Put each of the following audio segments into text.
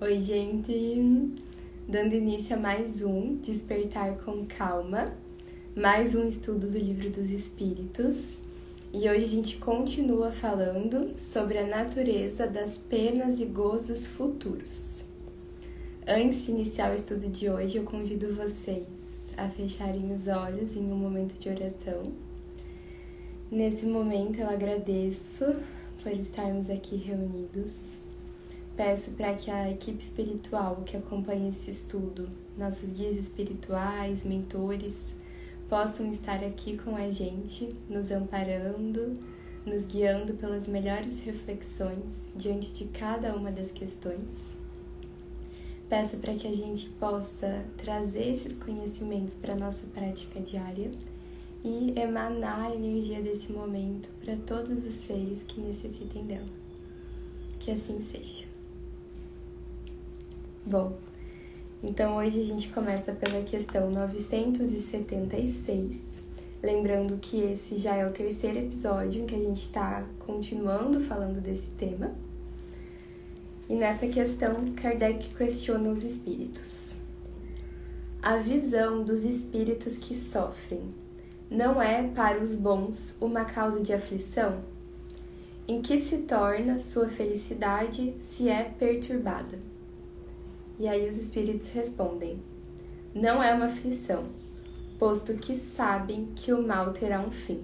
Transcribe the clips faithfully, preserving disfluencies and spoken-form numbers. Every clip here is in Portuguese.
Oi, gente! Dando início a mais um Despertar com Calma, mais um estudo do Livro dos Espíritos. E hoje a gente continua falando sobre a natureza das penas e gozos futuros. Antes de iniciar o estudo de hoje, eu convido vocês a fecharem os olhos em um momento de oração. Nesse momento eu agradeço por estarmos aqui reunidos. Peço para que a equipe espiritual que acompanha esse estudo, nossos guias espirituais, mentores, possam estar aqui com a gente, nos amparando, nos guiando pelas melhores reflexões diante de cada uma das questões. Peço para que a gente possa trazer esses conhecimentos para a nossa prática diária e emanar a energia desse momento para todos os seres que necessitem dela. Que assim seja. Bom, então hoje a gente começa pela questão novecentos e setenta e seis, lembrando que esse já é o terceiro episódio em que a gente está continuando falando desse tema. E nessa questão, Kardec questiona os espíritos. A visão dos espíritos que sofrem não é para os bons uma causa de aflição? Em que se torna sua felicidade se é perturbada? E aí os espíritos respondem: não é uma aflição, posto que sabem que o mal terá um fim.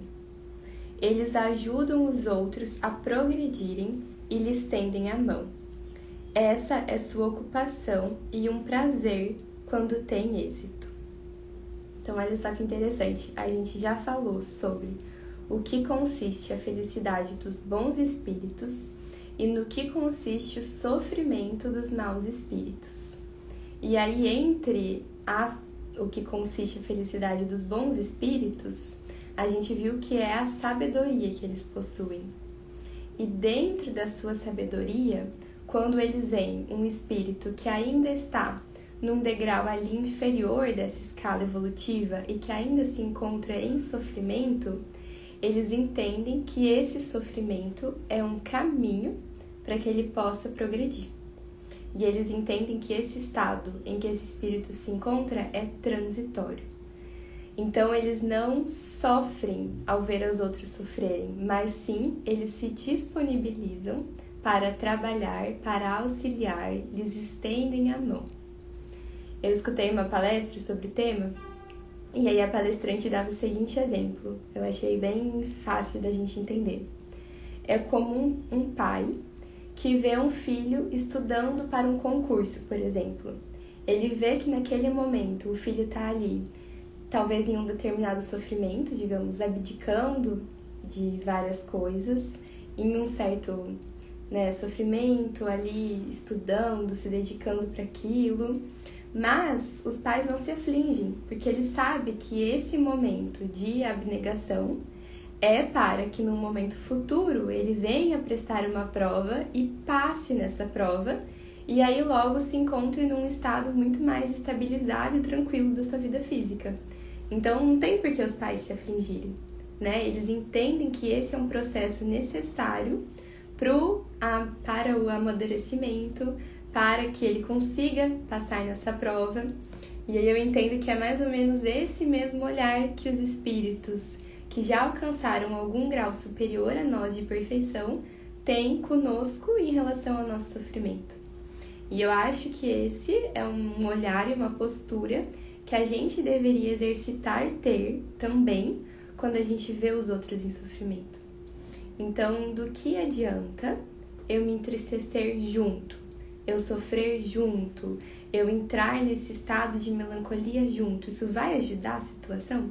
Eles ajudam os outros a progredirem e lhes tendem a mão. Essa é sua ocupação e um prazer quando tem êxito. Então olha só que interessante, a gente já falou sobre o que consiste a felicidade dos bons espíritos e no que consiste o sofrimento dos maus espíritos. E aí, entre a, o que consiste a felicidade dos bons espíritos, a gente viu que é a sabedoria que eles possuem. E dentro da sua sabedoria, quando eles veem um espírito que ainda está num degrau ali inferior dessa escala evolutiva e que ainda se encontra em sofrimento, eles entendem que esse sofrimento é um caminho para que ele possa progredir. E eles entendem que esse estado em que esse espírito se encontra é transitório. Então eles não sofrem ao ver os outros sofrerem, mas sim eles se disponibilizam para trabalhar, para auxiliar, lhes estendem a mão. Eu escutei uma palestra sobre o tema, e aí a palestrante dava o seguinte exemplo, eu achei bem fácil da gente entender. É como um, um pai que vê um filho estudando para um concurso, por exemplo. Ele vê que naquele momento o filho está ali, talvez em um determinado sofrimento, digamos, abdicando de várias coisas, em um certo né, sofrimento ali, estudando, se dedicando para aquilo. Mas os pais não se afligem, porque eles sabem que esse momento de abnegação é para que no momento futuro ele venha prestar uma prova e passe nessa prova, e aí logo se encontre num estado muito mais estabilizado e tranquilo da sua vida física. Então não tem por que os pais se afligirem, né? Eles entendem que esse é um processo necessário pro, a, para o amadurecimento, para que ele consiga passar nessa prova. E aí eu entendo que é mais ou menos esse mesmo olhar que os espíritos que já alcançaram algum grau superior a nós de perfeição têm conosco em relação ao nosso sofrimento. E eu acho que esse é um olhar e uma postura que a gente deveria exercitar ter também quando a gente vê os outros em sofrimento. Então, do que adianta eu me entristecer junto, eu sofrer junto, eu entrar nesse estado de melancolia junto? Isso vai ajudar a situação?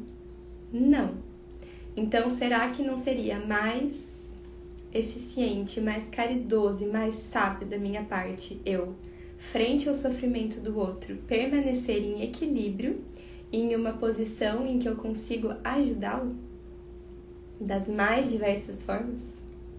Não. Então, será que não seria mais eficiente, mais caridoso e mais sábio da minha parte eu, frente ao sofrimento do outro, permanecer em equilíbrio, em uma posição em que eu consigo ajudá-lo das mais diversas formas?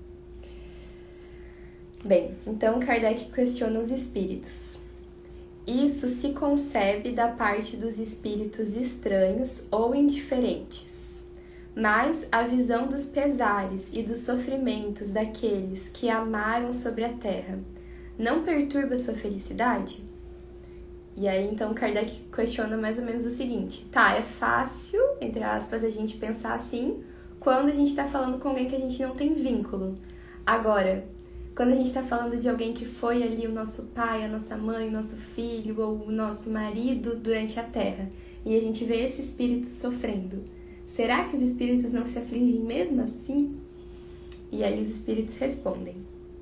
Bem, então Kardec questiona os espíritos. Isso se concebe da parte dos espíritos estranhos ou indiferentes. Mas a visão dos pesares e dos sofrimentos daqueles que amaram sobre a terra não perturba a sua felicidade? E aí, então, Kardec questiona mais ou menos o seguinte. Tá, é fácil, entre aspas, a gente pensar assim quando a gente tá falando com alguém que a gente não tem vínculo. Agora, quando a gente tá falando de alguém que foi ali o nosso pai, a nossa mãe, o nosso filho ou o nosso marido durante a Terra, e a gente vê esse espírito sofrendo, será que os espíritos não se afligem mesmo assim? E aí os espíritos respondem.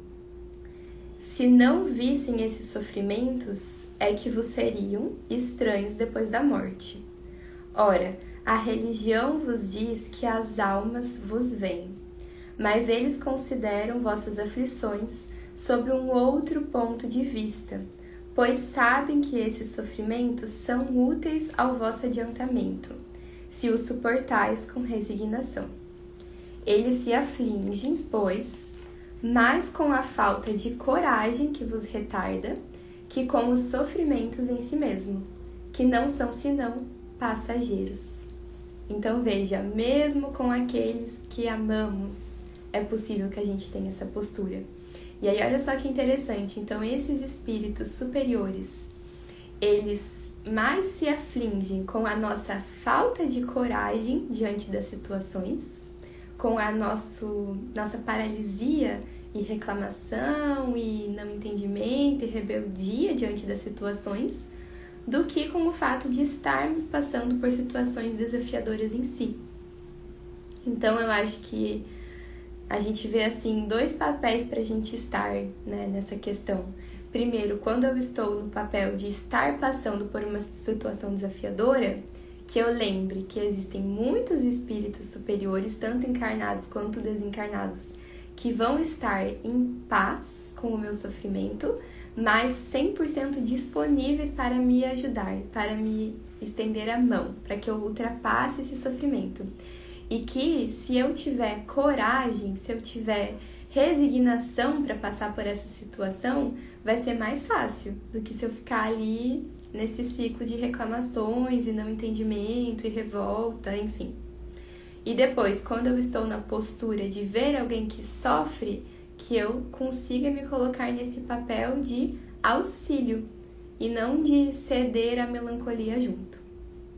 Se não vissem esses sofrimentos, é que vos seriam estranhos depois da morte. Ora, a religião vos diz que as almas vos veem, mas eles consideram vossas aflições sob um outro ponto de vista, pois sabem que esses sofrimentos são úteis ao vosso adiantamento, se os suportais com resignação. Eles se afligem, pois, mais com a falta de coragem que vos retarda, que com os sofrimentos em si mesmo, que não são senão passageiros. Então veja, mesmo com aqueles que amamos, é possível que a gente tenha essa postura. E aí olha só que interessante, então esses espíritos superiores, eles mais se afligem com a nossa falta de coragem diante das situações, com a nosso, nossa paralisia e reclamação e não entendimento e rebeldia diante das situações, do que com o fato de estarmos passando por situações desafiadoras em si. Então eu acho que a gente vê assim dois papéis para a gente estar, né, nessa questão. Primeiro, quando eu estou no papel de estar passando por uma situação desafiadora, que eu lembre que existem muitos espíritos superiores, tanto encarnados quanto desencarnados, que vão estar em paz com o meu sofrimento, mas cem por cento disponíveis para me ajudar, para me estender a mão, para que eu ultrapasse esse sofrimento. E que se eu tiver coragem, se eu tiver resignação para passar por essa situação, vai ser mais fácil do que se eu ficar ali nesse ciclo de reclamações e não entendimento e revolta, enfim. E depois, quando eu estou na postura de ver alguém que sofre, que eu consiga me colocar nesse papel de auxílio e não de ceder à melancolia junto.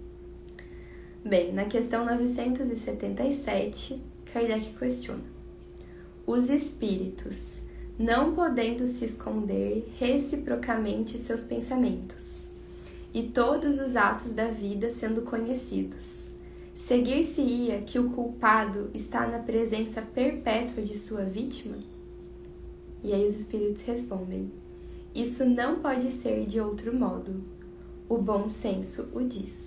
Bem, na questão novecentos e setenta e sete, Kardec questiona: os espíritos, não podendo se esconder reciprocamente seus pensamentos, e todos os atos da vida sendo conhecidos, seguir-se-ia que o culpado está na presença perpétua de sua vítima? E aí os espíritos respondem: isso não pode ser de outro modo. O bom senso o diz.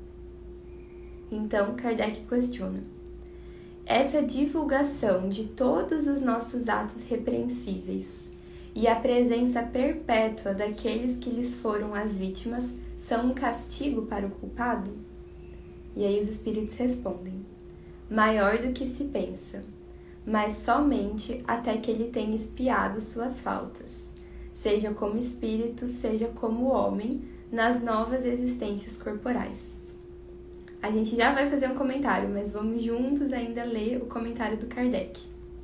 Então, Kardec questiona: essa divulgação de todos os nossos atos repreensíveis e a presença perpétua daqueles que lhes foram as vítimas são um castigo para o culpado? E aí os espíritos respondem: maior do que se pensa, mas somente até que ele tenha expiado suas faltas, seja como espírito, seja como homem, nas novas existências corporais. A gente já vai fazer um comentário, mas vamos juntos ainda ler o comentário do Kardec.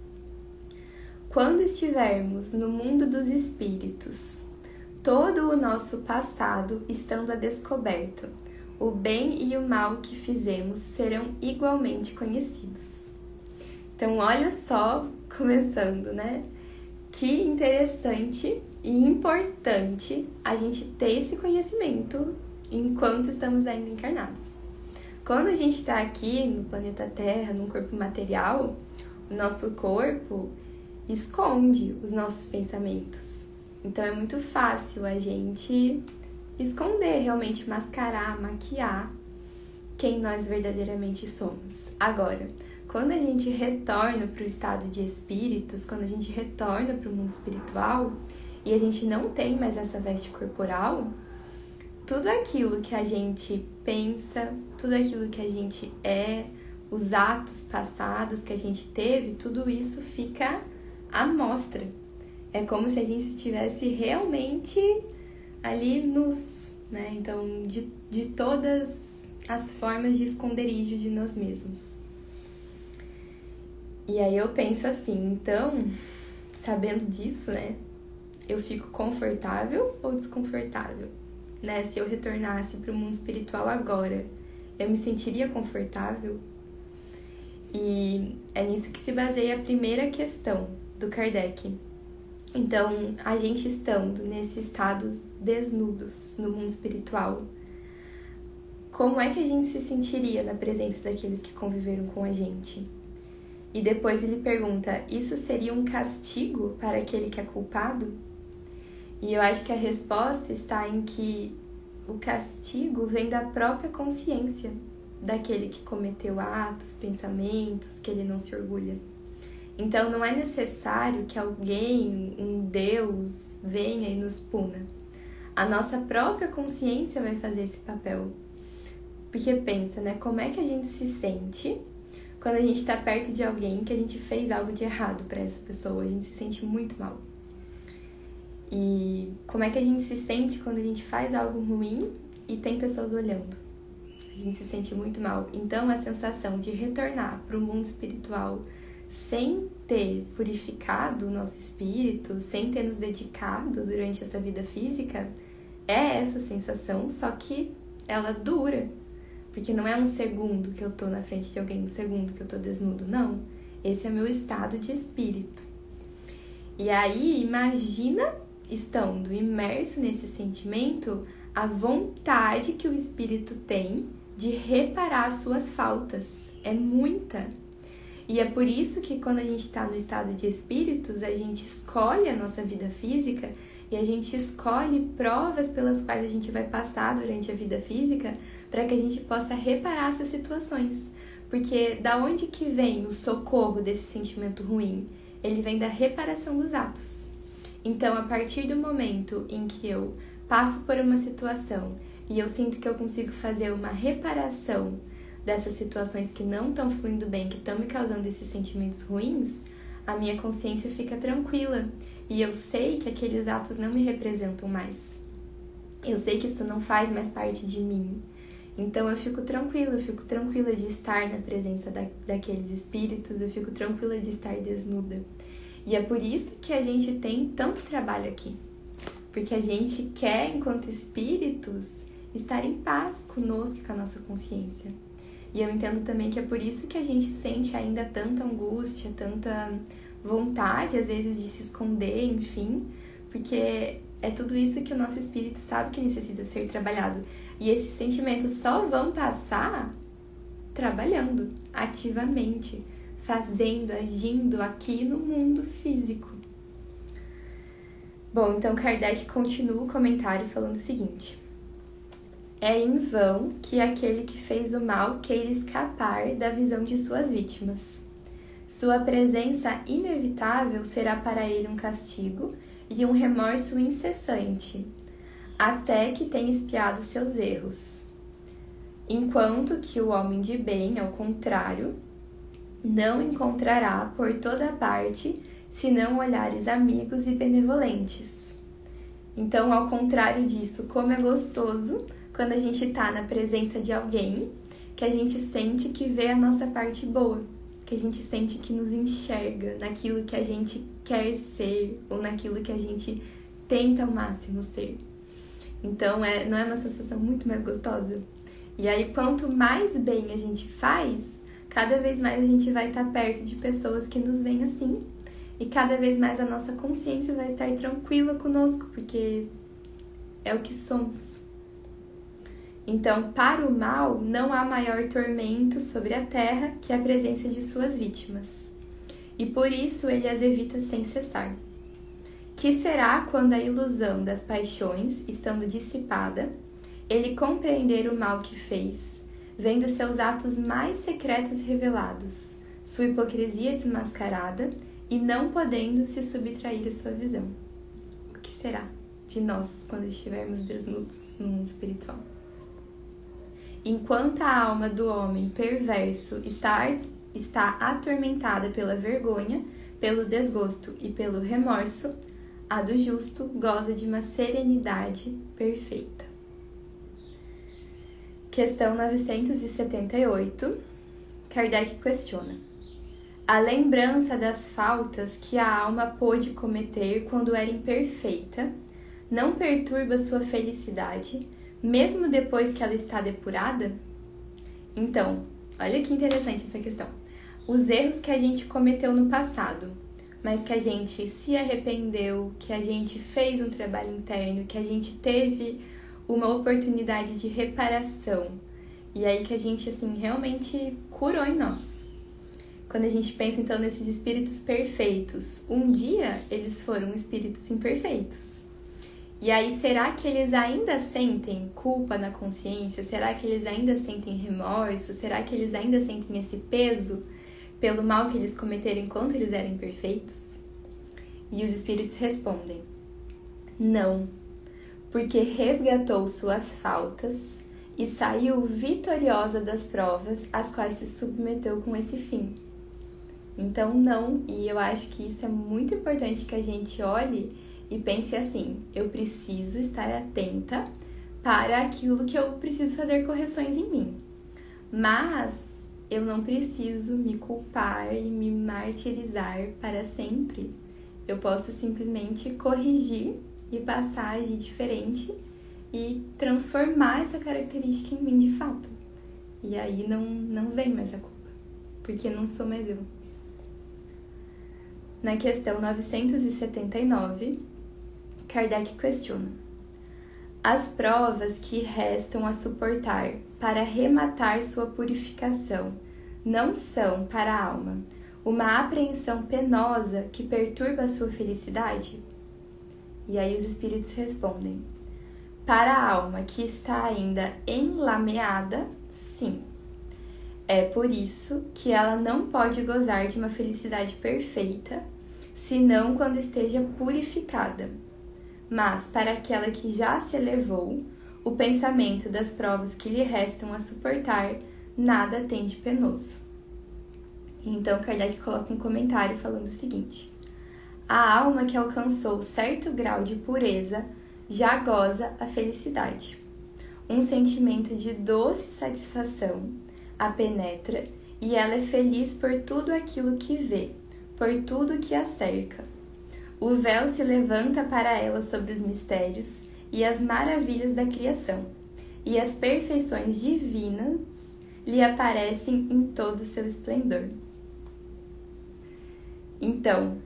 Quando estivermos no mundo dos espíritos, todo o nosso passado estando a descoberto, o bem e o mal que fizemos serão igualmente conhecidos. Então, olha só, começando, né? Que interessante e importante a gente ter esse conhecimento enquanto estamos ainda encarnados. Quando a gente está aqui no planeta Terra, num corpo material, o nosso corpo esconde os nossos pensamentos. Então é muito fácil a gente esconder, realmente mascarar, maquiar quem nós verdadeiramente somos. Agora, quando a gente retorna para o estado de espíritos, quando a gente retorna para o mundo espiritual e a gente não tem mais essa veste corporal, tudo aquilo que a gente pensa, tudo aquilo que a gente é, os atos passados que a gente teve, tudo isso fica à mostra. É como se a gente estivesse realmente ali nus, né? Então, de, de todas as formas de esconderijo de nós mesmos. E aí eu penso assim, então, sabendo disso, né? eu fico confortável ou desconfortável? Né? Se eu retornasse para o mundo espiritual agora, eu me sentiria confortável? E é nisso que se baseia a primeira questão do Kardec. Então, a gente estando nesses estados desnudos no mundo espiritual, como é que a gente se sentiria na presença daqueles que conviveram com a gente? E depois ele pergunta, isso seria um castigo para aquele que é culpado? E eu acho que a resposta está em que o castigo vem da própria consciência daquele que cometeu atos, pensamentos, que ele não se orgulha. Então não é necessário que alguém, um Deus, venha e nos puna. A nossa própria consciência vai fazer esse papel. Porque pensa, né? Como é que a gente se sente quando a gente está perto de alguém que a gente fez algo de errado para essa pessoa? A gente se sente muito mal. E como é que a gente se sente quando a gente faz algo ruim e tem pessoas olhando? A gente se sente muito mal. Então a sensação de retornar para o mundo espiritual sem ter purificado o nosso espírito, sem ter nos dedicado durante essa vida física, é essa sensação, só que ela dura. Porque não é um segundo que eu tô na frente de alguém, um segundo que eu tô desnudo, não. Esse é meu estado de espírito. E aí, imagina, estando imerso nesse sentimento, a vontade que o espírito tem de reparar as suas faltas. É muita. E é por isso que quando a gente está no estado de espíritos, a gente escolhe a nossa vida física e a gente escolhe provas pelas quais a gente vai passar durante a vida física para que a gente possa reparar essas situações. Porque da onde que vem o socorro desse sentimento ruim? Ele vem da reparação dos atos. Então, a partir do momento em que eu passo por uma situação e eu sinto que eu consigo fazer uma reparação dessas situações que não estão fluindo bem, que estão me causando esses sentimentos ruins, a minha consciência fica tranquila. E eu sei que aqueles atos não me representam mais. Eu sei que isso não faz mais parte de mim. Então eu fico tranquila, eu fico tranquila de estar na presença da, daqueles espíritos, eu fico tranquila de estar desnuda. E é por isso que a gente tem tanto trabalho aqui. Porque a gente quer, enquanto espíritos, estar em paz conosco e com a nossa consciência. E eu entendo também que é por isso que a gente sente ainda tanta angústia, tanta vontade, às vezes, de se esconder, enfim, porque é tudo isso que o nosso espírito sabe que necessita ser trabalhado. E esses sentimentos só vão passar trabalhando ativamente, fazendo, agindo aqui no mundo físico. Bom, então Kardec continua o comentário falando o seguinte: é em vão que aquele que fez o mal queira escapar da visão de suas vítimas. Sua presença inevitável será para ele um castigo e um remorso incessante, até que tenha expiado seus erros. Enquanto que o homem de bem, ao contrário, não encontrará por toda parte senão olhares amigos e benevolentes. Então, ao contrário disso, como é gostoso quando a gente está na presença de alguém que a gente sente que vê a nossa parte boa, que a gente sente que nos enxerga naquilo que a gente quer ser ou naquilo que a gente tenta ao máximo ser. Então, é, não é uma sensação muito mais gostosa? E aí, quanto mais bem a gente faz, cada vez mais a gente vai estar perto de pessoas que nos veem assim. E cada vez mais a nossa consciência vai estar tranquila conosco, porque é o que somos. Então, para o mal, não há maior tormento sobre a terra que a presença de suas vítimas. E por isso ele as evita sem cessar. Que será quando a ilusão das paixões, estando dissipada, ele compreender o mal que fez, vendo seus atos mais secretos revelados, sua hipocrisia desmascarada e não podendo se subtrair à sua visão? O que será de nós quando estivermos desnudos no mundo espiritual? Enquanto a alma do homem perverso está, está atormentada pela vergonha, pelo desgosto e pelo remorso, a do justo goza de uma serenidade perfeita. Questão novecentos e setenta e oito. Kardec questiona: A lembrança das faltas que a alma pôde cometer quando era imperfeita não perturba sua felicidade, mesmo depois que ela está depurada? Então, olha que interessante essa questão. Os erros que a gente cometeu no passado, mas que a gente se arrependeu, que a gente fez um trabalho interno, que a gente teve uma oportunidade de reparação, e aí que a gente, assim, realmente curou em nós. Quando a gente pensa, então, nesses espíritos perfeitos, um dia eles foram espíritos imperfeitos. E aí, será que eles ainda sentem culpa na consciência? Será que eles ainda sentem remorso? Será que eles ainda sentem esse peso pelo mal que eles cometeram enquanto eles eram imperfeitos? E os espíritos respondem: não, porque resgatou suas faltas e saiu vitoriosa das provas às quais se submeteu com esse fim. Então, não, e eu acho que isso é muito importante que a gente olhe e pense assim: eu preciso estar atenta para aquilo que eu preciso fazer correções em mim, mas eu não preciso me culpar e me martirizar para sempre. Eu posso simplesmente corrigir e passar a agir diferente e transformar essa característica em mim de fato. E aí não, não vem mais a culpa, porque não sou mais eu. Na questão novecentos e setenta e nove, Kardec questiona: as provas que restam a suportar para rematar sua purificação não são para a alma uma apreensão penosa que perturba a sua felicidade? E aí os espíritos respondem: para a alma que está ainda enlameada, sim. É por isso que ela não pode gozar de uma felicidade perfeita, senão quando esteja purificada. Mas para aquela que já se elevou, o pensamento das provas que lhe restam a suportar nada tem de penoso. Então Kardec coloca um comentário falando o seguinte: a alma que alcançou certo grau de pureza já goza a felicidade. Um sentimento de doce satisfação a penetra e ela é feliz por tudo aquilo que vê, por tudo que a cerca. O véu se levanta para ela sobre os mistérios e as maravilhas da criação, e as perfeições divinas lhe aparecem em todo o seu esplendor. Então,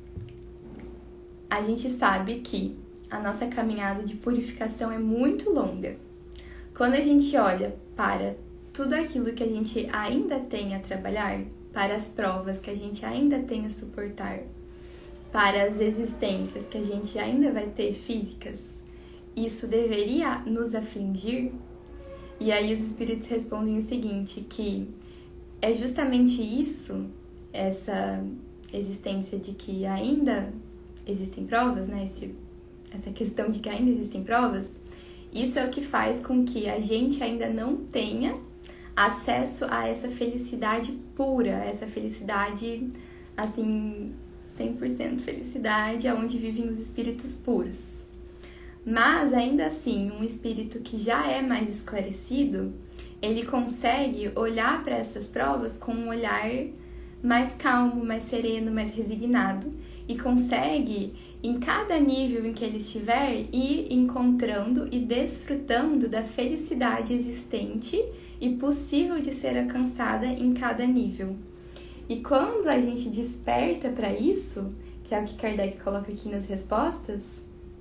a gente sabe que a nossa caminhada de purificação é muito longa. Quando a gente olha para tudo aquilo que a gente ainda tem a trabalhar, para as provas que a gente ainda tem a suportar, para as existências que a gente ainda vai ter físicas, isso deveria nos afligir? E aí os espíritos respondem o seguinte, que é justamente isso, essa existência de que ainda existem provas, né? Esse, essa questão de que ainda existem provas, isso é o que faz com que a gente ainda não tenha acesso a essa felicidade pura, essa felicidade, assim, cem por cento felicidade, onde vivem os espíritos puros. Mas, ainda assim, um espírito que já é mais esclarecido, ele consegue olhar para essas provas com um olhar mais calmo, mais sereno, mais resignado, e consegue, em cada nível em que ele estiver, ir encontrando e desfrutando da felicidade existente e possível de ser alcançada em cada nível. E quando a gente desperta para isso, que é o que Kardec coloca aqui nas respostas,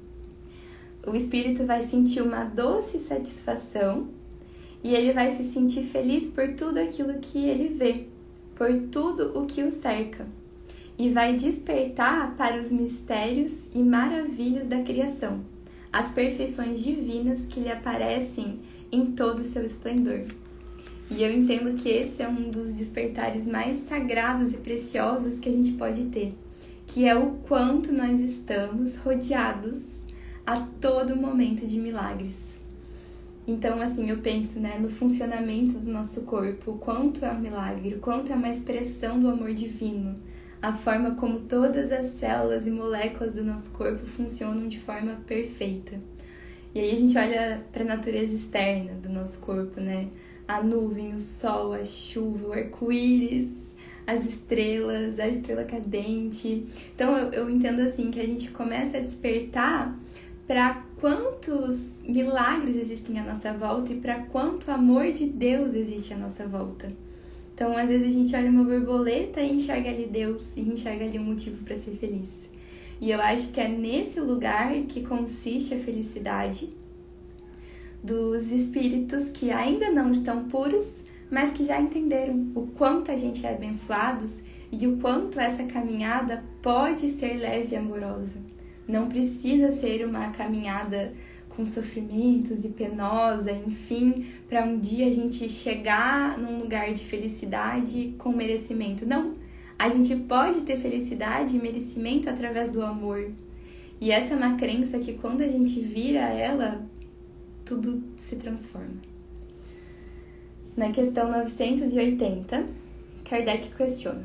o espírito vai sentir uma doce satisfação e ele vai se sentir feliz por tudo aquilo que ele vê, por tudo o que o cerca, e vai despertar para os mistérios e maravilhas da criação, as perfeições divinas que lhe aparecem em todo o seu esplendor. E eu entendo que esse é um dos despertares mais sagrados e preciosos que a gente pode ter, que é o quanto nós estamos rodeados a todo momento de milagres. Então, assim, eu penso, né, no funcionamento do nosso corpo, o quanto é um milagre, o quanto é uma expressão do amor divino, a forma como todas as células e moléculas do nosso corpo funcionam de forma perfeita. E aí a gente olha para a natureza externa do nosso corpo, né? A nuvem, o sol, a chuva, o arco-íris, as estrelas, a estrela cadente. Então eu, eu entendo assim que a gente começa a despertar para quantos milagres existem à nossa volta e para quanto amor de Deus existe à nossa volta. Então, às vezes a gente olha uma borboleta e enxerga ali Deus e enxerga ali um motivo para ser feliz. E eu acho que é nesse lugar que consiste a felicidade dos espíritos que ainda não estão puros, mas que já entenderam o quanto a gente é abençoados e o quanto essa caminhada pode ser leve e amorosa. Não precisa ser uma caminhada com sofrimentos e penosa, enfim, para um dia a gente chegar num lugar de felicidade com merecimento. Não, a gente pode ter felicidade e merecimento através do amor. E essa é uma crença que quando a gente vira ela, tudo se transforma. Na questão novecentos e oitenta, Kardec questiona: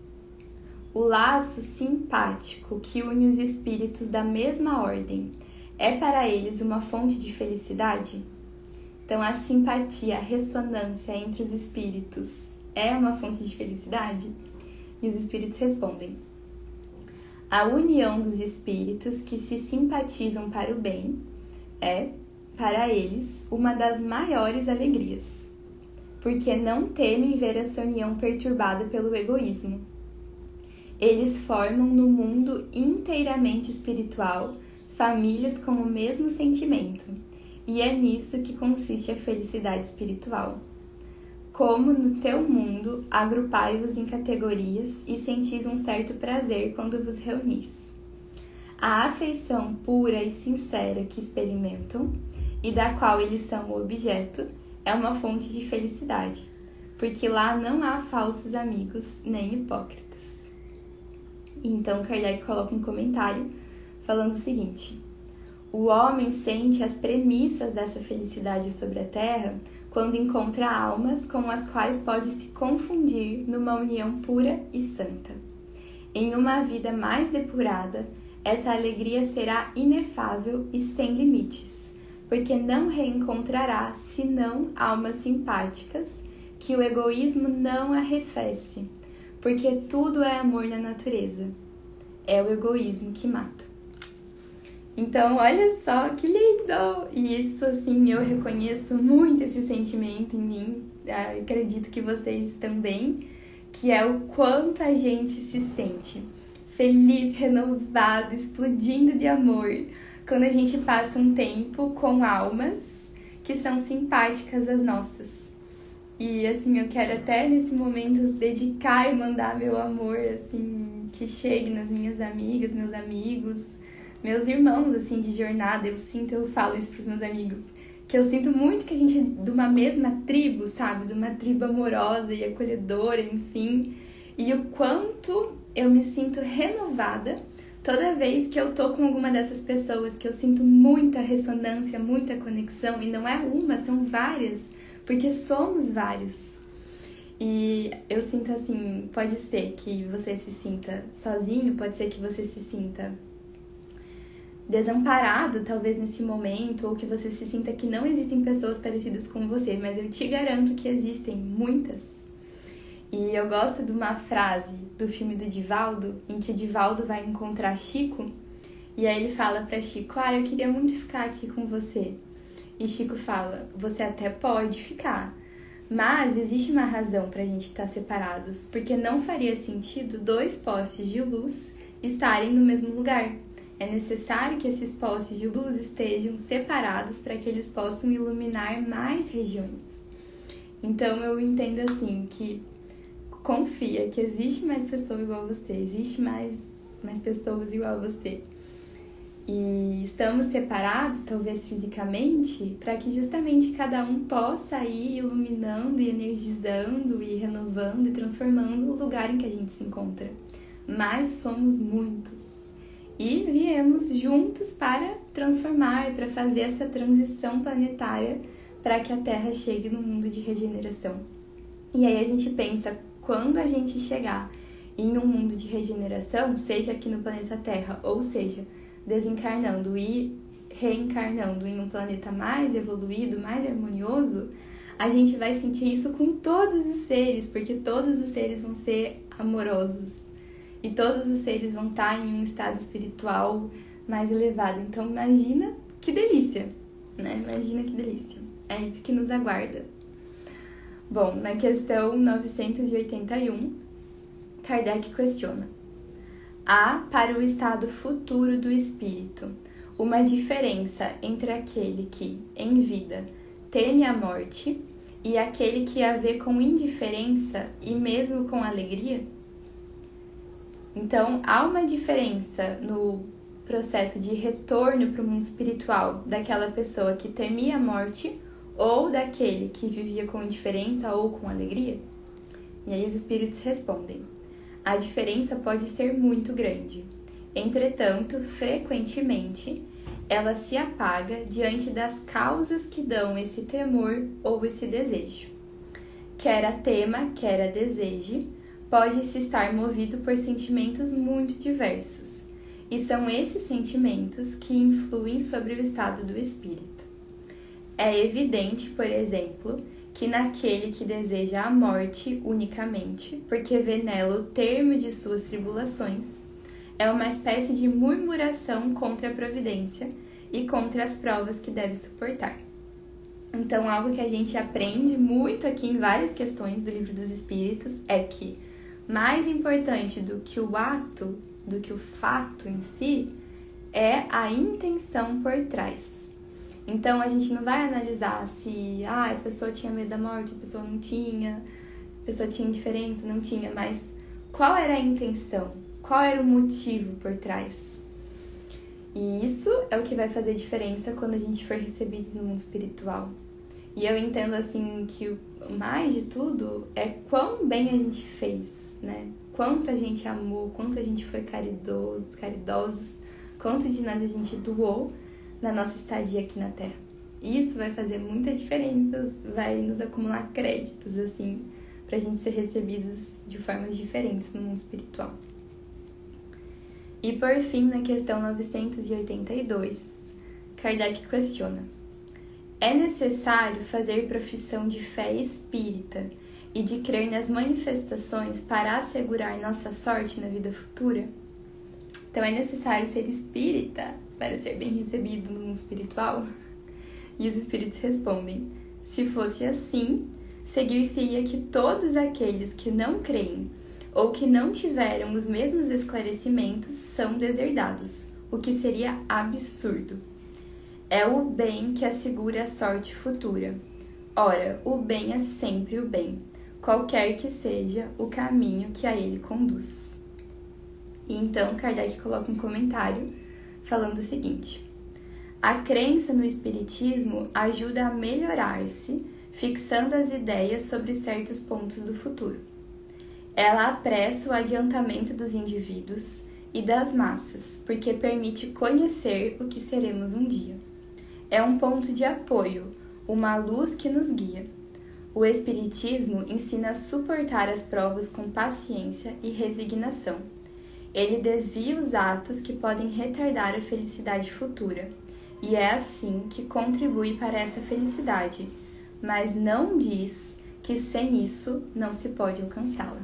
o laço simpático que une os espíritos da mesma ordem é para eles uma fonte de felicidade? Então, a simpatia, a ressonância entre os espíritos é uma fonte de felicidade? E os espíritos respondem: a união dos espíritos que se simpatizam para o bem é, para eles, uma das maiores alegrias, porque não temem ver essa união perturbada pelo egoísmo. Eles formam no mundo inteiramente espiritual famílias com o mesmo sentimento, e é nisso que consiste a felicidade espiritual. Como no teu mundo, agrupai-vos em categorias e sentis um certo prazer quando vos reunis. A afeição pura e sincera que experimentam, e da qual eles são o objeto, é uma fonte de felicidade, porque lá não há falsos amigos nem hipócritas. Então Kardec coloca um comentário falando o seguinte: o homem sente as premissas dessa felicidade sobre a terra quando encontra almas com as quais pode se confundir numa união pura e santa. Em uma vida mais depurada, essa alegria será inefável e sem limites, porque não reencontrará senão almas simpáticas que o egoísmo não arrefece, porque tudo é amor na natureza. É o egoísmo que mata. Então, olha só que lindo! E isso, assim, eu reconheço muito esse sentimento em mim. Acredito que vocês também, que é o quanto a gente se sente feliz, renovado, explodindo de amor, quando a gente passa um tempo com almas que são simpáticas às nossas. E, assim, eu quero até nesse momento dedicar e mandar meu amor, assim, que chegue nas minhas amigas, meus amigos, meus irmãos, assim, de jornada. Eu sinto, eu falo isso pros meus amigos, que eu sinto muito que a gente é de uma mesma tribo, sabe? De uma tribo amorosa e acolhedora, enfim. E o quanto eu me sinto renovada toda vez que eu tô com alguma dessas pessoas, que eu sinto muita ressonância, muita conexão. E não é uma, são várias, porque somos vários. E eu sinto assim, pode ser que você se sinta sozinho, pode ser que você se sinta desamparado, talvez, nesse momento, ou que você se sinta que não existem pessoas parecidas com você, mas eu te garanto que existem muitas. E eu gosto de uma frase do filme do Divaldo, em que o Divaldo vai encontrar Chico, e aí ele fala pra Chico: ah, eu queria muito ficar aqui com você. E Chico fala: você até pode ficar, mas existe uma razão pra gente estar separados, porque não faria sentido dois postes de luz estarem no mesmo lugar. É necessário que esses postes de luz estejam separados para que eles possam iluminar mais regiões. Então eu entendo assim que confia que existe mais pessoa igual a você, existe mais, mais pessoas igual a você. E estamos separados, talvez fisicamente, para que justamente cada um possa ir iluminando e energizando e renovando e transformando o lugar em que a gente se encontra. Mas somos muitos. E viemos juntos para transformar, para fazer essa transição planetária para que a Terra chegue no mundo de regeneração. E aí a gente pensa, quando a gente chegar em um mundo de regeneração, seja aqui no planeta Terra, ou seja, desencarnando e reencarnando em um planeta mais evoluído, mais harmonioso, a gente vai sentir isso com todos os seres, porque todos os seres vão ser amorosos. E todos os seres vão estar em um estado espiritual mais elevado. Então, imagina que delícia, né? Imagina que delícia. É isso que nos aguarda. Bom, na questão novecentos e oitenta e um, Kardec questiona: há para o estado futuro do espírito uma diferença entre aquele que, em vida, teme a morte e aquele que a vê com indiferença e mesmo com alegria? Então, há uma diferença no processo de retorno para o mundo espiritual daquela pessoa que temia a morte ou daquele que vivia com indiferença ou com alegria? E aí os espíritos respondem: a diferença pode ser muito grande. Entretanto, frequentemente, ela se apaga diante das causas que dão esse temor ou esse desejo. Quer a tema, quer a deseje, pode-se estar movido por sentimentos muito diversos, e são esses sentimentos que influem sobre o estado do espírito. É evidente, por exemplo, que naquele que deseja a morte unicamente, porque vê nela o termo de suas tribulações, é uma espécie de murmuração contra a providência e contra as provas que deve suportar. Então, algo que a gente aprende muito aqui em várias questões do Livro dos Espíritos é que mais importante do que o ato, do que o fato em si, é a intenção por trás. Então, a gente não vai analisar se ah, a pessoa tinha medo da morte, a pessoa não tinha, a pessoa tinha indiferença, não tinha, mas qual era a intenção? Qual era o motivo por trás? E isso é o que vai fazer diferença quando a gente for recebidos no mundo espiritual. E eu entendo, assim, que o mais de tudo é quão bem a gente fez, né? Quanto a gente amou, quanto a gente foi caridoso, caridosos, quanto de nós a gente doou na nossa estadia aqui na Terra. Isso vai fazer muita diferença, vai nos acumular créditos, assim, pra gente ser recebidos de formas diferentes no mundo espiritual. E por fim, na questão novecentos e oitenta e dois, Kardec questiona: é necessário fazer profissão de fé espírita e de crer nas manifestações para assegurar nossa sorte na vida futura? Então, é necessário ser espírita para ser bem recebido no mundo espiritual? E os espíritos respondem: se fosse assim, seguir-se-ia que todos aqueles que não creem ou que não tiveram os mesmos esclarecimentos são deserdados, o que seria absurdo. É o bem que assegura a sorte futura. Ora, o bem é sempre o bem, qualquer que seja o caminho que a ele conduz. E então Kardec coloca um comentário falando o seguinte: a crença no espiritismo ajuda a melhorar-se, fixando as ideias sobre certos pontos do futuro. Ela apressa o adiantamento dos indivíduos e das massas, porque permite conhecer o que seremos um dia. É um ponto de apoio, uma luz que nos guia. O Espiritismo ensina a suportar as provas com paciência e resignação. Ele desvia os atos que podem retardar a felicidade futura, e é assim que contribui para essa felicidade, mas não diz que sem isso não se pode alcançá-la.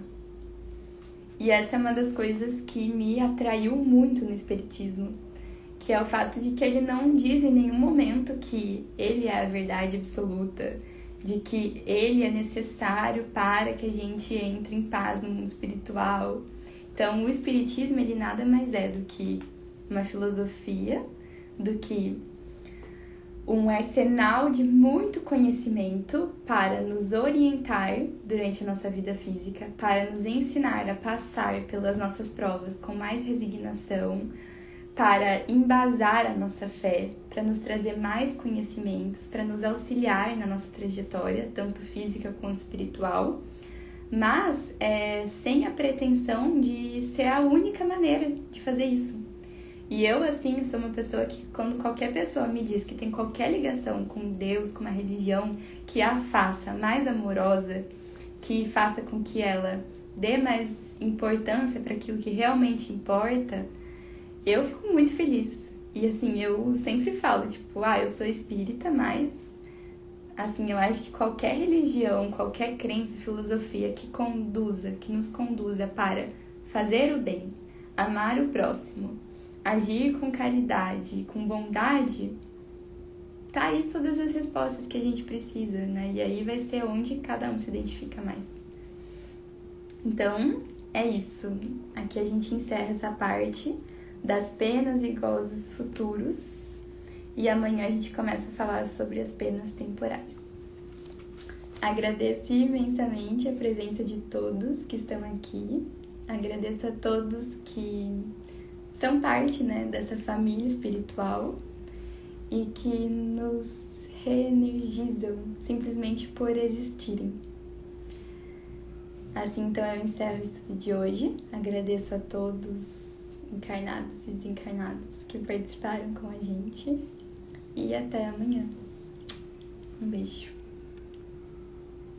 E essa é uma das coisas que me atraiu muito no Espiritismo, que é o fato de que ele não diz em nenhum momento que ele é a verdade absoluta, de que ele é necessário para que a gente entre em paz no mundo espiritual. Então, o Espiritismo, ele nada mais é do que uma filosofia, do que um arsenal de muito conhecimento para nos orientar durante a nossa vida física, para nos ensinar a passar pelas nossas provas com mais resignação, para embasar a nossa fé, para nos trazer mais conhecimentos, para nos auxiliar na nossa trajetória, tanto física quanto espiritual, mas é, sem a pretensão de ser a única maneira de fazer isso. E eu, assim, sou uma pessoa que, quando qualquer pessoa me diz que tem qualquer ligação com Deus, com uma religião, que a faça mais amorosa, que faça com que ela dê mais importância para aquilo que realmente importa, eu fico muito feliz. E, assim, eu sempre falo, tipo, ah, eu sou espírita, mas Assim, eu acho que qualquer religião, qualquer crença, filosofia que conduza, que nos conduza para fazer o bem, amar o próximo, agir com caridade, com bondade, tá aí todas as respostas que a gente precisa, né? E aí vai ser onde cada um se identifica mais. Então, é isso. Aqui a gente encerra essa parte das penas e gozos futuros. E amanhã a gente começa a falar sobre as penas temporais. Agradeço imensamente a presença de todos que estão aqui. Agradeço a todos que são parte, né, dessa família espiritual e que nos reenergizam simplesmente por existirem. Assim, então, eu encerro o estudo de hoje. Agradeço a todos, encarnados e desencarnados, que participaram com a gente. E até amanhã. Um beijo.